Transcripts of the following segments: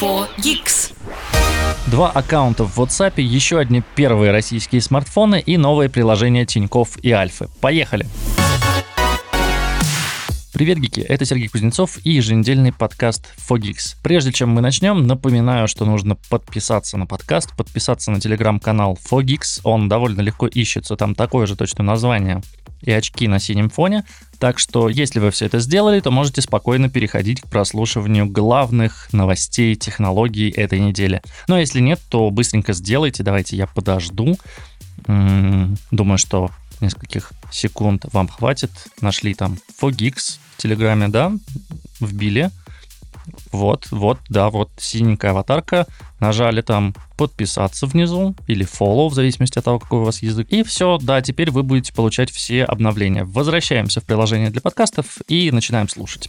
4Geeks. 2 аккаунта в WhatsApp, еще одни первые российские смартфоны и новые приложения Тинькофф и Альфы. Поехали! Привет, гики! Это Сергей Кузнецов и еженедельный подкаст 4Geeks. Прежде чем мы начнем, напоминаю, что нужно подписаться на подкаст, подписаться на телеграм-канал 4Geeks. Он довольно легко ищется, там такое же точно название и очки на синем фоне. Так что, если вы все это сделали, то можете спокойно переходить к прослушиванию главных новостей технологий этой недели. Но если нет, то быстренько сделайте. Давайте я подожду. Думаю, что нескольких секунд вам хватит. Нашли там 4Geeks в Телеграме, да? Вбили. Вот, синенькая аватарка. Нажали там подписаться внизу или follow, в зависимости от того, какой у вас язык. И все, да, теперь вы будете получать все обновления. Возвращаемся в приложение для подкастов и начинаем слушать.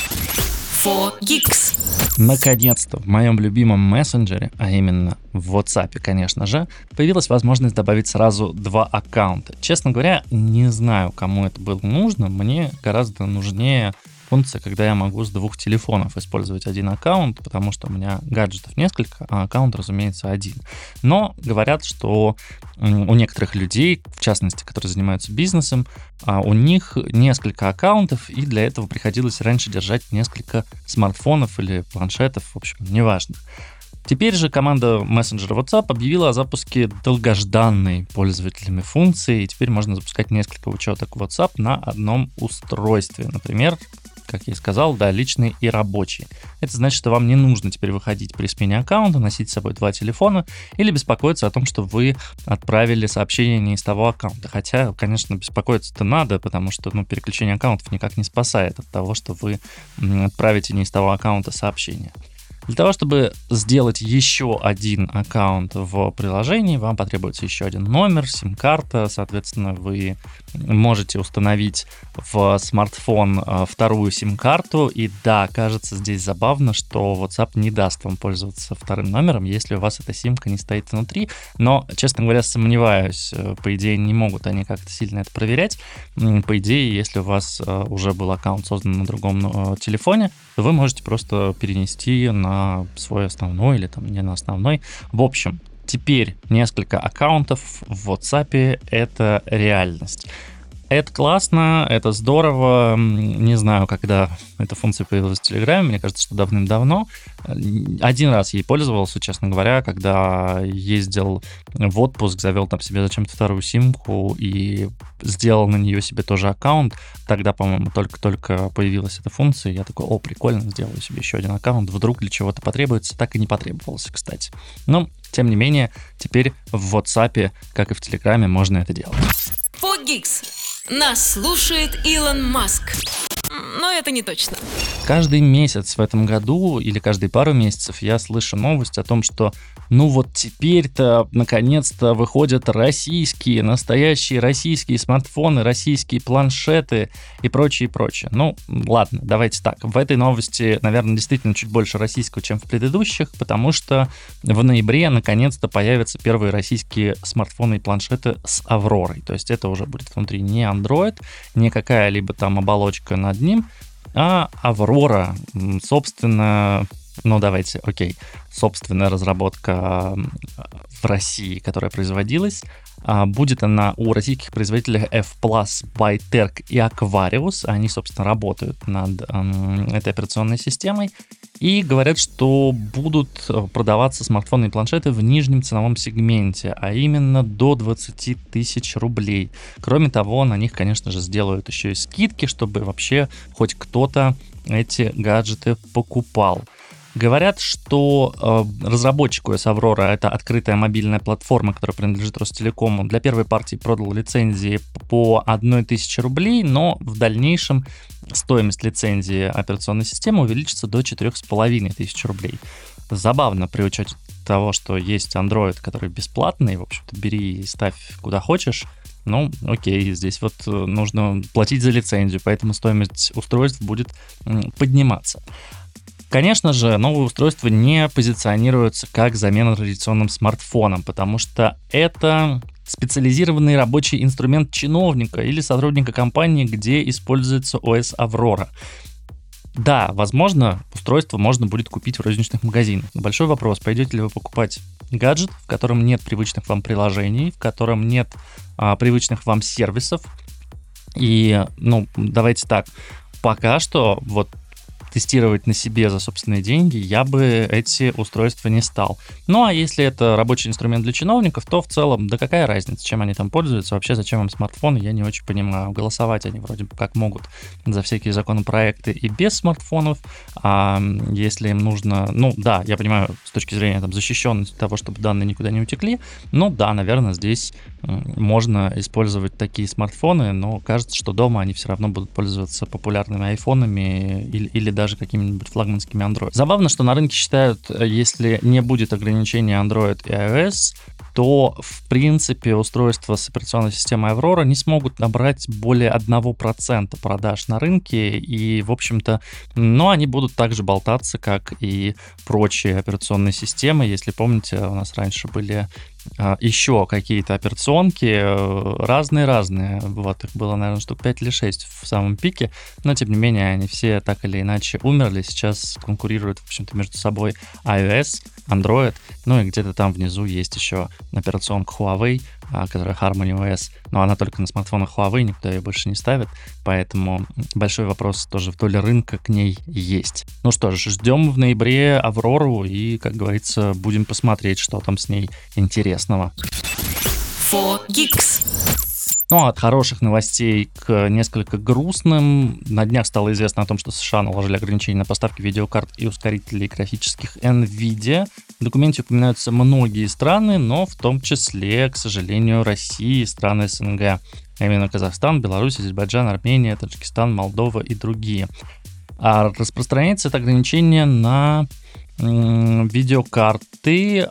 4Geeks. Наконец-то в моем любимом мессенджере, а именно в WhatsApp, конечно же, появилась возможность добавить сразу 2 аккаунта. Честно говоря, не знаю, кому это было нужно. Мне гораздо нужнее функция, когда я могу с 2 телефонов использовать один аккаунт, потому что у меня гаджетов несколько, а аккаунт, разумеется, один. Но говорят, что у некоторых людей, в частности, которые занимаются бизнесом, у них несколько аккаунтов, и для этого приходилось раньше держать несколько смартфонов или планшетов, в общем, неважно. Теперь же команда мессенджера WhatsApp объявила о запуске долгожданной пользователями функции, и теперь можно запускать несколько учеток WhatsApp на одном устройстве. Например, как я и сказал, да, личный и рабочий. Это значит, что вам не нужно теперь выходить при смене аккаунта, носить с собой 2 телефона или беспокоиться о том, что вы отправили сообщение не из того аккаунта. Хотя, конечно, беспокоиться-то надо, потому что переключение аккаунтов никак не спасает от того, что вы отправите не из того аккаунта сообщение. Для того, чтобы сделать еще один аккаунт в приложении, вам потребуется еще один номер, сим-карта. Соответственно, вы можете установить в смартфон 2-ю сим-карту. И да, кажется, здесь забавно, что WhatsApp не даст вам пользоваться 2-м номером, если у вас эта симка не стоит внутри. Но, честно говоря, сомневаюсь. По идее, не могут они как-то сильно это проверять. По идее, если у вас уже был аккаунт создан на другом телефоне, то вы можете просто перенести на свой основной или там не на основной. В общем, теперь несколько аккаунтов в WhatsApp — это реальность. Это классно, это здорово. Не знаю, когда эта функция появилась в Телеграме, мне кажется, что давным-давно. Один раз ей пользовался, честно говоря, когда ездил в отпуск, завел там себе зачем-то 2-ю симку и сделал на нее себе тоже аккаунт. Тогда, по-моему, только появилась эта функция, и я такой: прикольно, сделаю себе еще один аккаунт, вдруг для чего-то потребуется. Так и не потребовался, кстати. Но, тем не менее, теперь в WhatsApp, как и в Телеграме, можно это делать. 4Geeks. Нас слушает Илон Маск. Но это не точно. Каждый месяц в этом году или каждые пару месяцев я слышу новость о том, что теперь-то наконец-то выходят российские, настоящие российские смартфоны, российские планшеты и прочее. Ладно, давайте так. В этой новости, наверное, действительно чуть больше российского, чем в предыдущих, потому что в ноябре наконец-то появятся первые российские смартфоны и планшеты с Авророй. То есть это уже будет внутри не Android, не какая-либо там оболочка над ним, а Аврора, собственно, собственная разработка в России, которая производилась. Будет она у российских производителей F+, Byterk и Aquarius. Они, собственно, работают над этой операционной системой. И говорят, что будут продаваться смартфоны и планшеты в нижнем ценовом сегменте, а именно до 20 тысяч рублей. Кроме того, на них, конечно же, сделают еще и скидки, чтобы вообще хоть кто-то эти гаджеты покупал. Говорят, что разработчику OS Aurora, это открытая мобильная платформа, которая принадлежит Ростелекому, для первой партии продал лицензии по 1000 рублей, но в дальнейшем стоимость лицензии операционной системы увеличится до 4500 рублей. Забавно при учете того, что есть Android, который бесплатный, в общем-то, бери и ставь куда хочешь. Окей, здесь нужно платить за лицензию, поэтому стоимость устройств будет подниматься. Конечно же, новые устройства не позиционируются как замена традиционным смартфонам, потому что это специализированный рабочий инструмент чиновника или сотрудника компании, где используется OS Aurora. Да, возможно, устройство можно будет купить в розничных магазинах. Большой вопрос, пойдете ли вы покупать гаджет, в котором нет привычных вам приложений, в котором нет привычных вам сервисов. И, давайте так, пока что вот тестировать на себе за собственные деньги я бы эти устройства не стал. Ну, а если это рабочий инструмент для чиновников, то в целом, да какая разница, чем они там пользуются, вообще зачем им смартфоны, я не очень понимаю. Голосовать они вроде бы как могут за всякие законопроекты и без смартфонов, а если им нужно, я понимаю, с точки зрения защищенности того, чтобы данные никуда не утекли, наверное, здесь можно использовать такие смартфоны, но кажется, что дома они все равно будут пользоваться популярными айфонами или даже какими-нибудь флагманскими Android. Забавно, что на рынке считают, если не будет ограничения Android и iOS, то, в принципе, устройства с операционной системой Aurora не смогут набрать более 1% продаж на рынке, и, в общем-то, они будут так же болтаться, как и прочие операционные системы. Если помните, у нас раньше были еще какие-то операционки, разные-разные, вот их было, наверное, штук 5 или 6 в самом пике, но, тем не менее, они все так или иначе умерли, сейчас конкурируют, в общем-то, между собой iOS, Android, и где-то там внизу есть еще операционка Huawei, которая Harmony OS, но она только на смартфонах Huawei, никто ее больше не ставит, поэтому большой вопрос тоже вдоль рынка к ней есть. Ну что ж, ждем в ноябре Аврору и, как говорится, будем посмотреть, что там с ней интересного. 4Geeks. От хороших новостей к несколько грустным. На днях стало известно о том, что США наложили ограничения на поставки видеокарт и ускорителей графических NVIDIA. В документе упоминаются многие страны, но в том числе, к сожалению, Россия и страны СНГ. А именно Казахстан, Беларусь, Азербайджан, Армения, Таджикистан, Молдова и другие. А распространяется это ограничение на видеокарты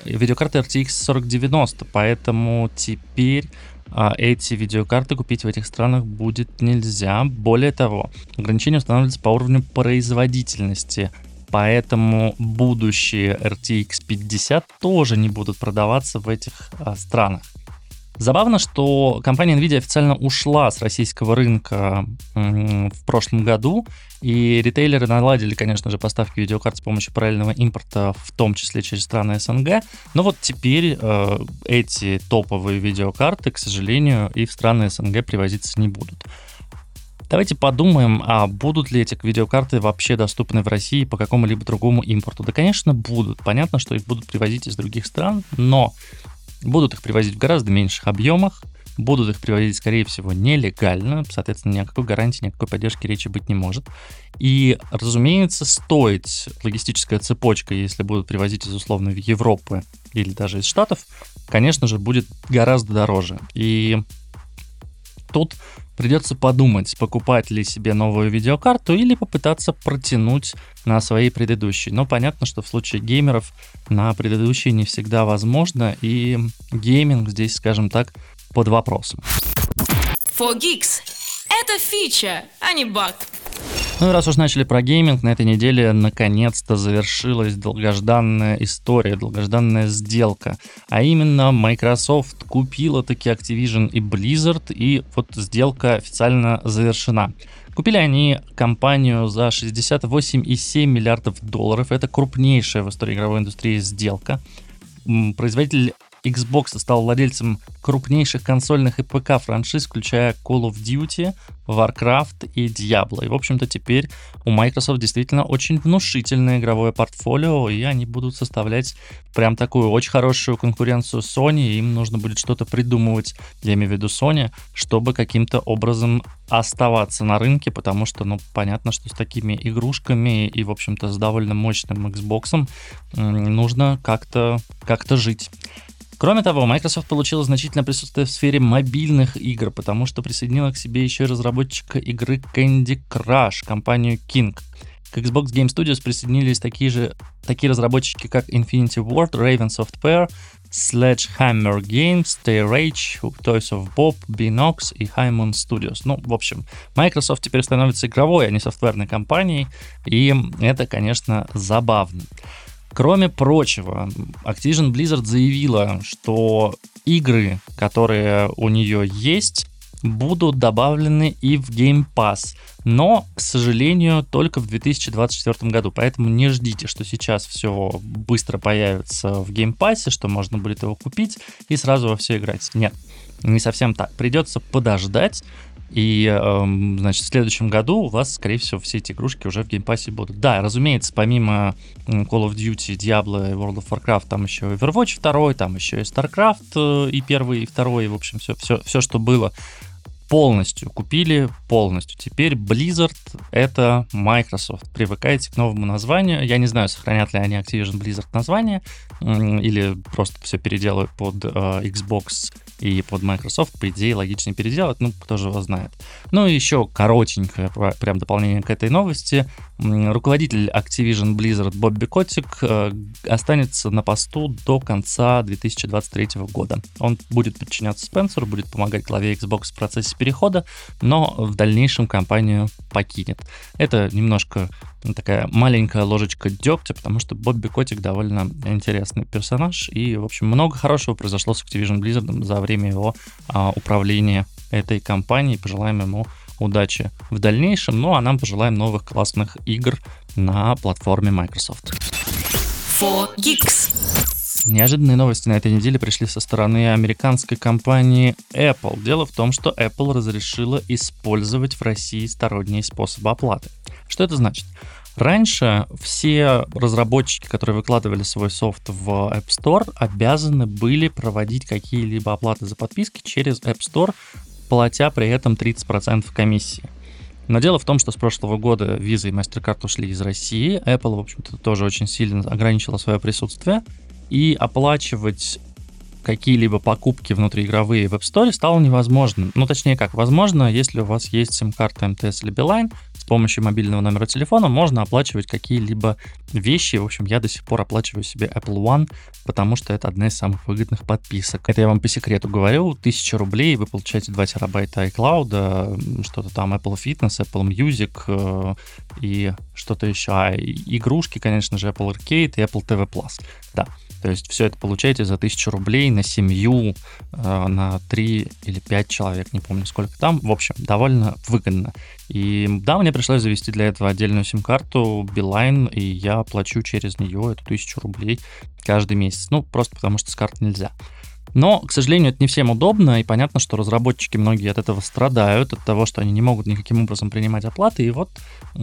RTX 4090, поэтому теперь эти видеокарты купить в этих странах будет нельзя. Более того, ограничения устанавливаются по уровню производительности, поэтому будущие RTX 50 тоже не будут продаваться в этих странах. Забавно, что компания NVIDIA официально ушла с российского рынка в прошлом году, и ритейлеры наладили, конечно же, поставки видеокарт с помощью параллельного импорта, в том числе через страны СНГ, но вот теперь эти топовые видеокарты, к сожалению, и в страны СНГ привозиться не будут. Давайте подумаем, а будут ли эти видеокарты вообще доступны в России по какому-либо другому импорту? Да, конечно, будут. Понятно, что их будут привозить из других стран, но будут их привозить в гораздо меньших объемах, будут их привозить, скорее всего, нелегально, соответственно, ни о какой гарантии, ни о какой поддержке речи быть не может. И, разумеется, стоить логистическая цепочка, если будут привозить из условно Европы или даже из Штатов, конечно же, будет гораздо дороже. И тут придется подумать, покупать ли себе новую видеокарту или попытаться протянуть на свои предыдущие. Но понятно, что в случае геймеров на предыдущие не всегда возможно, и гейминг здесь, скажем так, под вопросом. 4Geeks. Это фича, а не баг. Ну и раз уж начали про гейминг, на этой неделе наконец-то завершилась долгожданная история, долгожданная сделка. А именно, Microsoft купила таки Activision и Blizzard, и вот сделка официально завершена. Купили они компанию за $68,7 миллиардов. Это крупнейшая в истории игровой индустрии сделка. Производитель Xbox стал владельцем крупнейших консольных и ПК франшиз, включая Call of Duty, Warcraft и Diablo. И, в общем-то, теперь у Microsoft действительно очень внушительное игровое портфолио, и они будут составлять прям такую очень хорошую конкуренцию Sony, и им нужно будет что-то придумывать, я имею в виду Sony, чтобы каким-то образом оставаться на рынке, потому что, понятно, что с такими игрушками и, в общем-то, с довольно мощным Xbox нужно как-то жить. Кроме того, Microsoft получила значительное присутствие в сфере мобильных игр, потому что присоединила к себе еще и разработчика игры Candy Crush, компанию King. К Xbox Game Studios присоединились такие разработчики, как Infinity Ward, Raven Software, Sledgehammer Games, Stay-Rage, Toys of Bob, Binox и High Moon Studios. В общем, Microsoft теперь становится игровой, а не софтверной компанией, и это, конечно, забавно. Кроме прочего, Activision Blizzard заявила, что игры, которые у нее есть, будут добавлены и в Game Pass, но, к сожалению, только в 2024 году, поэтому не ждите, что сейчас все быстро появится в Game Pass, что можно будет его купить и сразу во все играть. Нет, не совсем так. Придется подождать. И, значит, в следующем году у вас, скорее всего, все эти игрушки уже в геймпассе будут. Да, разумеется, помимо Call of Duty, Diablo и World of Warcraft, там еще и Overwatch 2, там еще и StarCraft и 1, и 2, и, в общем, все, что было. Полностью купили, полностью. Теперь Blizzard — это Microsoft. Привыкайте к новому названию. Я не знаю, сохранят ли они Activision Blizzard название или просто все переделают под Xbox и под Microsoft. По идее, логичнее переделать, ну, кто же его знает. Ну и еще коротенькое прям дополнение к этой новости. Руководитель Activision Blizzard Бобби Котик останется на посту до конца 2023 года. Он будет подчиняться Спенсеру, будет помогать главе Xbox в процессе перехода, но в дальнейшем компанию покинет. Это немножко такая маленькая ложечка дегтя, потому что Бобби Котик довольно интересный персонаж, и, в общем, много хорошего произошло с Activision Blizzard за время его управления этой компанией. Пожелаем ему удачи в дальнейшем, ну а нам пожелаем новых классных игр на платформе Microsoft. 4Geeks. Неожиданные новости на этой неделе пришли со стороны американской компании Apple. Дело в том, что Apple разрешила использовать в России сторонние способы оплаты. Что это значит? Раньше все разработчики, которые выкладывали свой софт в App Store, обязаны были проводить какие-либо оплаты за подписки через App Store, платя при этом 30% комиссии. Но дело в том, что с прошлого года Visa и MasterCard ушли из России, Apple, в общем-то, тоже очень сильно ограничила свое присутствие, и оплачивать какие-либо покупки внутриигровые в App Store стало невозможно. Ну, точнее как, возможно, если у вас есть сим-карта МТС или Билайн, с помощью мобильного номера телефона можно оплачивать какие-либо вещи. В общем, я до сих пор оплачиваю себе Apple One, потому что это одна из самых выгодных подписок. Это я вам по секрету говорю. 1000 рублей, вы получаете 2 терабайта iCloud, что-то там Apple Fitness, Apple Music и что-то еще. А игрушки, конечно же, Apple Arcade и Apple TV+. Да. То есть все это получаете за 1000 рублей на семью, на 3 или 5 человек, не помню сколько там. В общем, довольно выгодно. И да, мне пришлось завести для этого отдельную сим-карту Билайн, и я плачу через нее эту 1000 рублей каждый месяц. Ну, просто потому что с карт нельзя. Но, к сожалению, это не всем удобно, и понятно, что разработчики многие от этого страдают, от того, что они не могут никаким образом принимать оплаты. И вот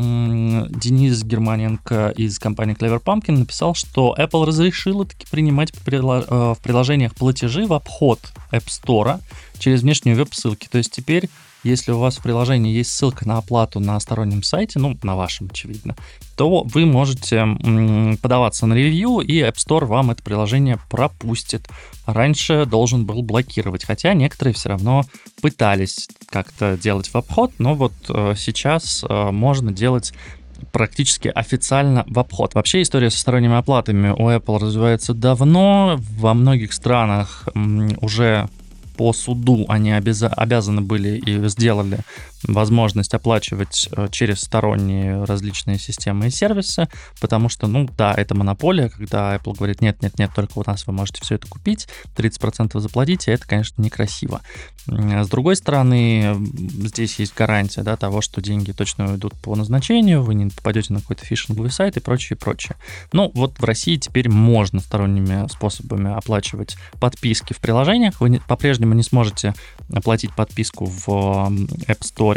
Денис Германенко из компании Clever Pumpkin написал, что Apple разрешила таки принимать в приложениях платежи в обход App Store через внешнюю веб-ссылки. То есть теперь, если у вас в приложении есть ссылка на оплату на стороннем сайте, ну, на вашем, очевидно, то вы можете подаваться на ревью, и App Store вам это приложение пропустит. Раньше должен был блокировать, хотя некоторые все равно пытались как-то делать в обход, но вот сейчас можно делать практически официально в обход. Вообще история со сторонними оплатами у Apple развивается давно, во многих странах уже по суду они обязаны были и сделали возможность оплачивать через сторонние различные системы и сервисы, потому что, ну да, это монополия, когда Apple говорит, нет, только у нас вы можете все это купить, 30% заплатите, это, конечно, некрасиво. С другой стороны, здесь есть гарантия, да, того, что деньги точно уйдут по назначению, вы не попадете на какой-то фишинговый сайт и прочее. Ну, вот в России теперь можно сторонними способами оплачивать подписки в приложениях, вы по-прежнему не сможете оплатить подписку в App Store,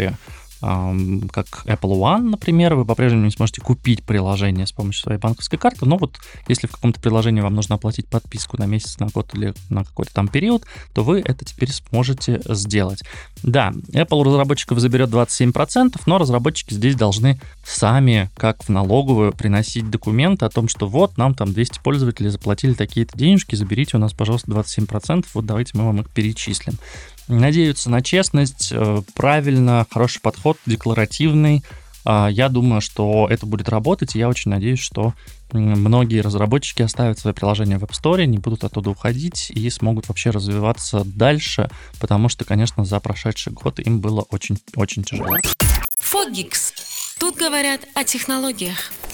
как Apple One, например, вы по-прежнему не сможете купить приложение с помощью своей банковской карты, но вот если в каком-то приложении вам нужно оплатить подписку на месяц, на год или на какой-то там период, то вы это теперь сможете сделать. Да, Apple у разработчиков заберет 27%, но разработчики здесь должны сами, как в налоговую, приносить документы о том, что вот нам там 200 пользователей заплатили такие-то денежки, заберите у нас, пожалуйста, 27%, вот давайте мы вам их перечислим. Надеются на честность, правильно, хороший подход, декларативный. Я думаю, что это будет работать, и я очень надеюсь, что многие разработчики оставят свои приложения в App Store, не будут оттуда уходить и смогут вообще развиваться дальше, потому что, конечно, за прошедший год им было очень-очень тяжело. 4Geeks. Тут говорят о технологиях.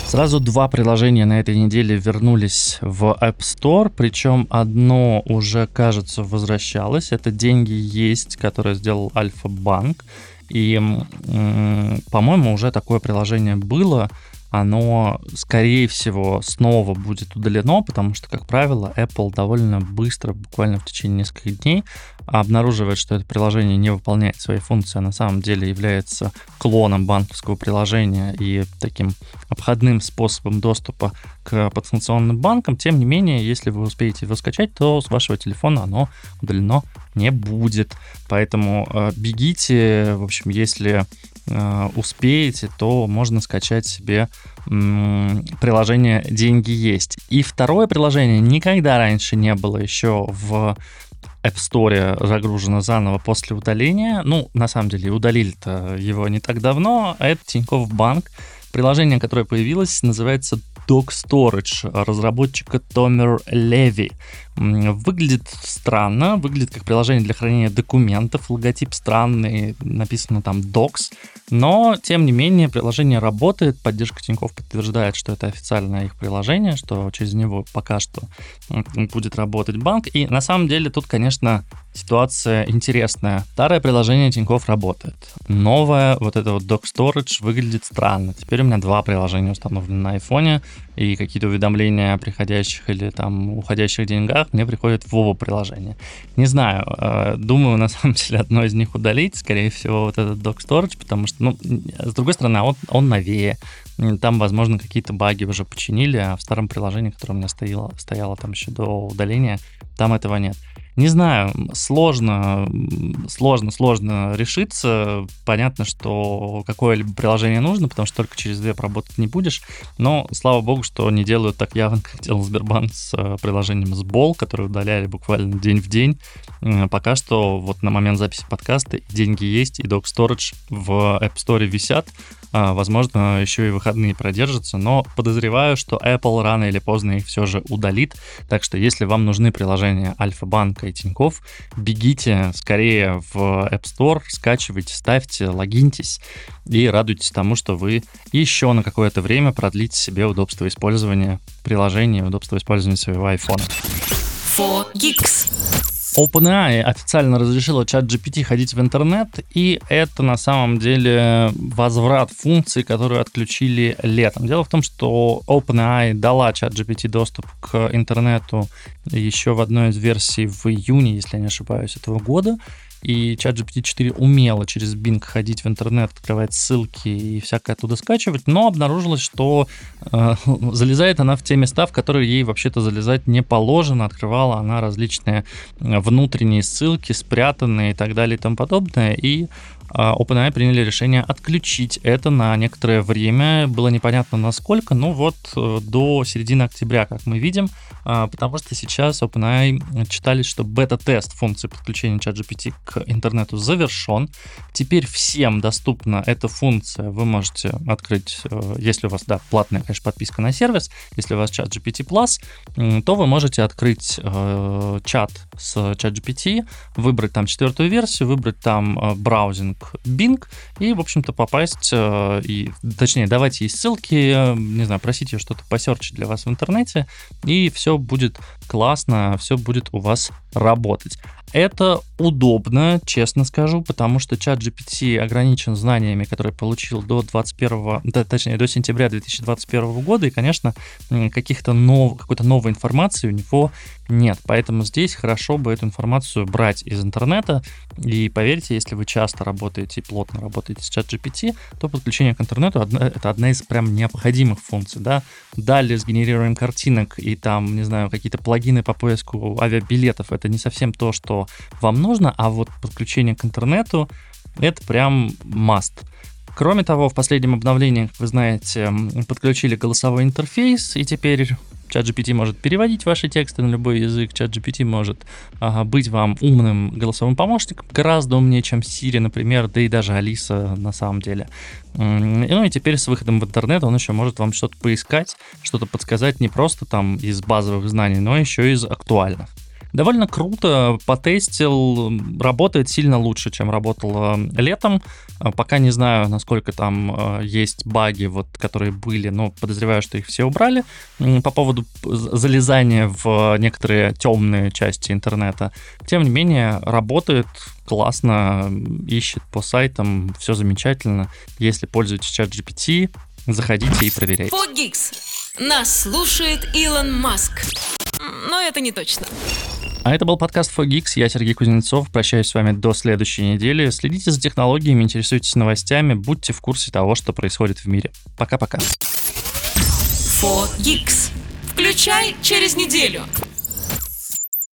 Сразу два приложения на этой неделе вернулись в App Store, причем одно уже, кажется, возвращалось. Это «Деньги есть», которое сделал Альфа-банк. И, по-моему, уже такое приложение было. Оно, скорее всего, снова будет удалено, потому что, как правило, Apple довольно быстро, буквально в течение нескольких дней, обнаруживает, что это приложение не выполняет свои функции, а на самом деле является клоном банковского приложения и таким обходным способом доступа к подстанционным банкам. Тем не менее, если вы успеете его скачать, то с вашего телефона оно удалено не будет. Поэтому бегите, в общем, если успеете, то можно скачать себе приложение «Деньги есть». И второе приложение никогда раньше не было еще в App Store загружено заново после удаления. Ну, на самом деле, удалили-то его не так давно. А это Тинькофф Банк. Приложение, которое появилось, называется Doc Storage разработчика Томер Леви. Выглядит странно, выглядит как приложение для хранения документов, логотип странный, написано там Docs, но, тем не менее, приложение работает, поддержка Тинькофф подтверждает, что это официальное их приложение, что через него пока что будет работать банк, и на самом деле тут, конечно, ситуация интересная. Старое приложение Тинькофф работает, новое, вот это вот Doc Storage выглядит странно. Теперь у меня два приложения установлены на айфоне, и какие-то уведомления о приходящих или там уходящих деньгах мне приходят в оба приложения. Не знаю, думаю, на самом деле, одно из них удалить, скорее всего, вот этот Doc Storage, потому что, ну, с другой стороны, он новее, там, возможно, какие-то баги уже починили, а в старом приложении, которое у меня стояло там еще до удаления, там этого нет. Не знаю, сложно решиться. Понятно, что какое-либо приложение нужно, потому что только через веб работать не будешь. Но, слава богу, что не делают так явно, как делал Сбербанк с приложением Сбол, которое удаляли буквально день в день. Пока что вот на момент записи подкаста «Деньги есть» и Doc Storage в App Store висят. Возможно, еще и выходные продержатся, но подозреваю, что Apple рано или поздно их все же удалит. Так что, если вам нужны приложения Альфа-банка и Тинькофф, бегите скорее в App Store, скачивайте, ставьте, логиньтесь и радуйтесь тому, что вы еще на какое-то время продлите себе удобство использования приложений, удобство использования своего айфона. 4Geeks. OpenAI официально разрешила ChatGPT ходить в интернет, и это на самом деле возврат функций, которые отключили летом. Дело в том, что OpenAI дала ChatGPT доступ к интернету еще в одной из версий в июне, если я не ошибаюсь, этого года. И ChatGPT 4 умела через Bing ходить в интернет, открывать ссылки и всякое оттуда скачивать, но обнаружилось, что залезает она в те места, в которые ей вообще-то залезать не положено. Открывала она различные внутренние ссылки, спрятанные и так далее и тому подобное. И OpenAI приняли решение отключить это на некоторое время. Было непонятно насколько, но вот до середины октября, как мы видим, потому что сейчас OpenAI читались, что бета-тест функции подключения ChatGPT к интернету завершен. Теперь всем доступна эта функция. Вы можете открыть, если у вас, да, платная, конечно, подписка на сервис, если у вас ChatGPT Plus, то вы можете открыть чат с ChatGPT, выбрать там 4-ю версию, выбрать там браузинг Bing и, в общем-то, попасть точнее, давать ей ссылки, не знаю, просить ее что-то посерчить для вас в интернете, и все будет классно, все будет у вас работать. Это удобно, честно скажу, потому что ChatGPT ограничен знаниями, которые получил до сентября 2021 года, и, конечно, какой-то новой информации у него нет. Поэтому здесь хорошо бы эту информацию брать из интернета, и поверьте, если вы часто работаете и плотно работаете с ChatGPT, то подключение к интернету это одна из прям необходимых функций, да. Далее сгенерируем картинок и там, не знаю, какие-то плагины по поиску авиабилетов, это не совсем то, что вам нужно, а вот подключение к интернету это прям must. Кроме того, в последнем обновлении, как вы знаете, подключили голосовой интерфейс, и теперь ChatGPT может переводить ваши тексты на любой язык, ChatGPT может быть вам умным голосовым помощником, гораздо умнее, чем Siri, например, да и даже Алиса на самом деле. Ну и теперь с выходом в интернет он еще может вам что-то поискать, что-то подсказать не просто там из базовых знаний, но еще из актуальных. Довольно круто, потестил, работает сильно лучше, чем работало летом. Пока не знаю, насколько там есть баги, вот, которые были, но подозреваю, что их все убрали. По поводу залезания в некоторые темные части интернета. Тем не менее, работает классно, ищет по сайтам, все замечательно. Если пользуетесь ChatGPT, заходите и проверяйте. Фогикс. Нас слушает Илон Маск. Но это не точно. А это был подкаст Fogix. Я Сергей Кузнецов. Прощаюсь с вами до следующей недели. Следите за технологиями, интересуйтесь новостями, будьте в курсе того, что происходит в мире. Пока-пока. Fogix. Включай через неделю.